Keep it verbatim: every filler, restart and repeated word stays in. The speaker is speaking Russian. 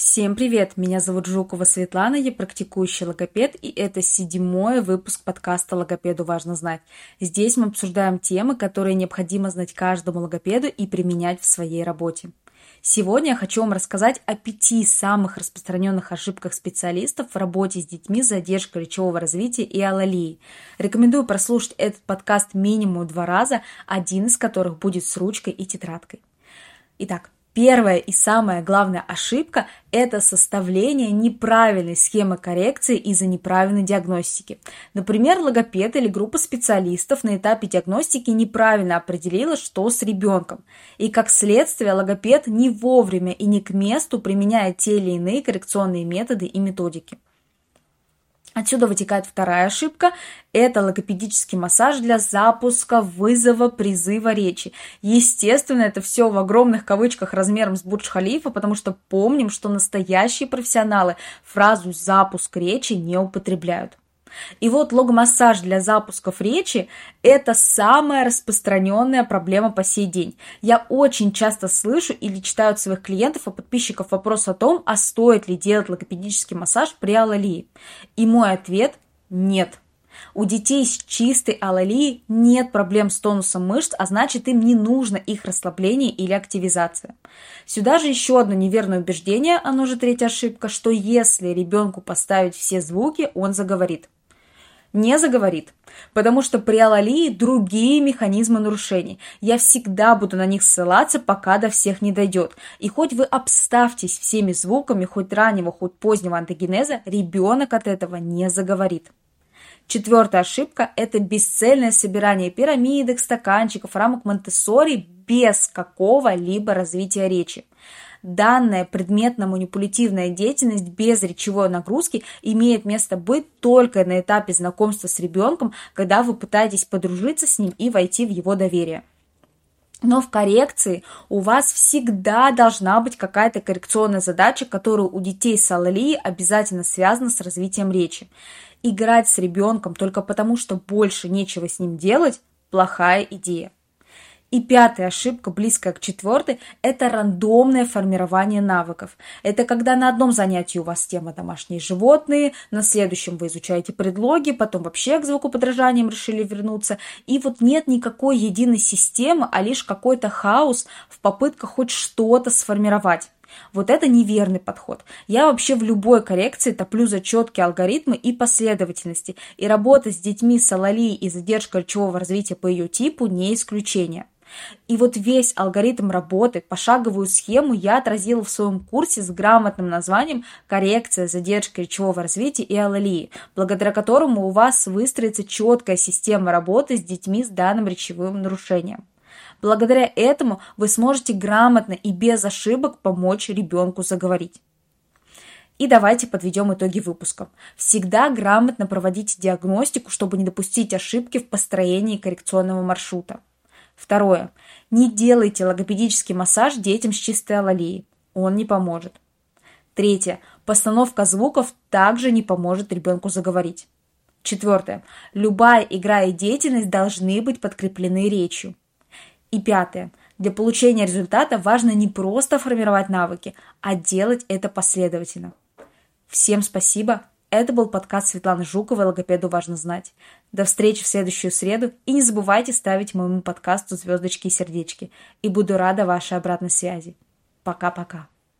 Всем привет! Меня зовут Жукова Светлана, я практикующий логопед, и это седьмой выпуск подкаста «Логопеду важно знать». Здесь мы обсуждаем темы, которые необходимо знать каждому логопеду и применять в своей работе. Сегодня я хочу вам рассказать о пяти самых распространенных ошибках специалистов в работе с детьми с задержкой речевого развития и алалией. Рекомендую прослушать этот подкаст минимум два раза, один из которых будет с ручкой и тетрадкой. Итак, первая и самая главная ошибка – это составление неправильной схемы коррекции из-за неправильной диагностики. Например, логопед или группа специалистов на этапе диагностики неправильно определила, что с ребенком. И как следствие логопед не вовремя и не к месту применяет те или иные коррекционные методы и методики. Отсюда вытекает вторая ошибка – это логопедический массаж для запуска, вызова, призыва речи. Естественно, это все в огромных кавычках размером с Бурдж-Халифа, потому что помним, что настоящие профессионалы фразу «запуск речи» не употребляют. И вот логомассаж для запусков речи – это самая распространенная проблема по сей день. Я очень часто слышу или читаю от своих клиентов и подписчиков вопрос о том, а стоит ли делать логопедический массаж при алалии. И мой ответ – нет. У детей с чистой алалией нет проблем с тонусом мышц, а значит, им не нужно их расслабление или активизация. Сюда же еще одно неверное убеждение, оно же третья ошибка, что если ребенку поставить все звуки, он заговорит. Не заговорит, потому что при алалии другие механизмы нарушений. Я всегда буду на них ссылаться, пока до всех не дойдет. И хоть вы обставьтесь всеми звуками, хоть раннего, хоть позднего антогенеза, ребенок от этого не заговорит. Четвертая ошибка – это бесцельное собирание пирамидок, стаканчиков, рамок Монтессори без какого-либо развития речи. Данная предметно-манипулятивная деятельность без речевой нагрузки имеет место быть только на этапе знакомства с ребенком, когда вы пытаетесь подружиться с ним и войти в его доверие. Но в коррекции у вас всегда должна быть какая-то коррекционная задача, которая у детей с алалией обязательно связана с развитием речи. Играть с ребенком только потому, что больше нечего с ним делать – плохая идея. И пятая ошибка, близкая к четвертой, это рандомное формирование навыков. Это когда на одном занятии у вас тема домашние животные, на следующем вы изучаете предлоги, потом вообще к звукоподражаниям решили вернуться. И вот нет никакой единой системы, а лишь какой-то хаос в попытках хоть что-то сформировать. Вот это неверный подход. Я вообще в любой коррекции топлю за четкие алгоритмы и последовательности. И работа с детьми с алалией и задержкой речевого развития по ее типу не исключение. И вот весь алгоритм работы, пошаговую схему я отразила в своем курсе с грамотным названием «Коррекция задержки речевого развития и алалии», благодаря которому у вас выстроится четкая система работы с детьми с данным речевым нарушением. Благодаря этому вы сможете грамотно и без ошибок помочь ребенку заговорить. И давайте подведем итоги выпуска. Всегда грамотно проводите диагностику, чтобы не допустить ошибки в построении коррекционного маршрута. Второе. Не делайте логопедический массаж детям с чистой алалией. Он не поможет. Третье. Постановка звуков также не поможет ребенку заговорить. Четвертое. Любая игра и деятельность должны быть подкреплены речью. И пятое. Для получения результата важно не просто формировать навыки, а делать это последовательно. Всем спасибо. Это был подкаст Светланы Жуковой «Логопеду важно знать». До встречи в следующую среду. И не забывайте ставить моему подкасту звездочки и сердечки. И буду рада вашей обратной связи. Пока-пока.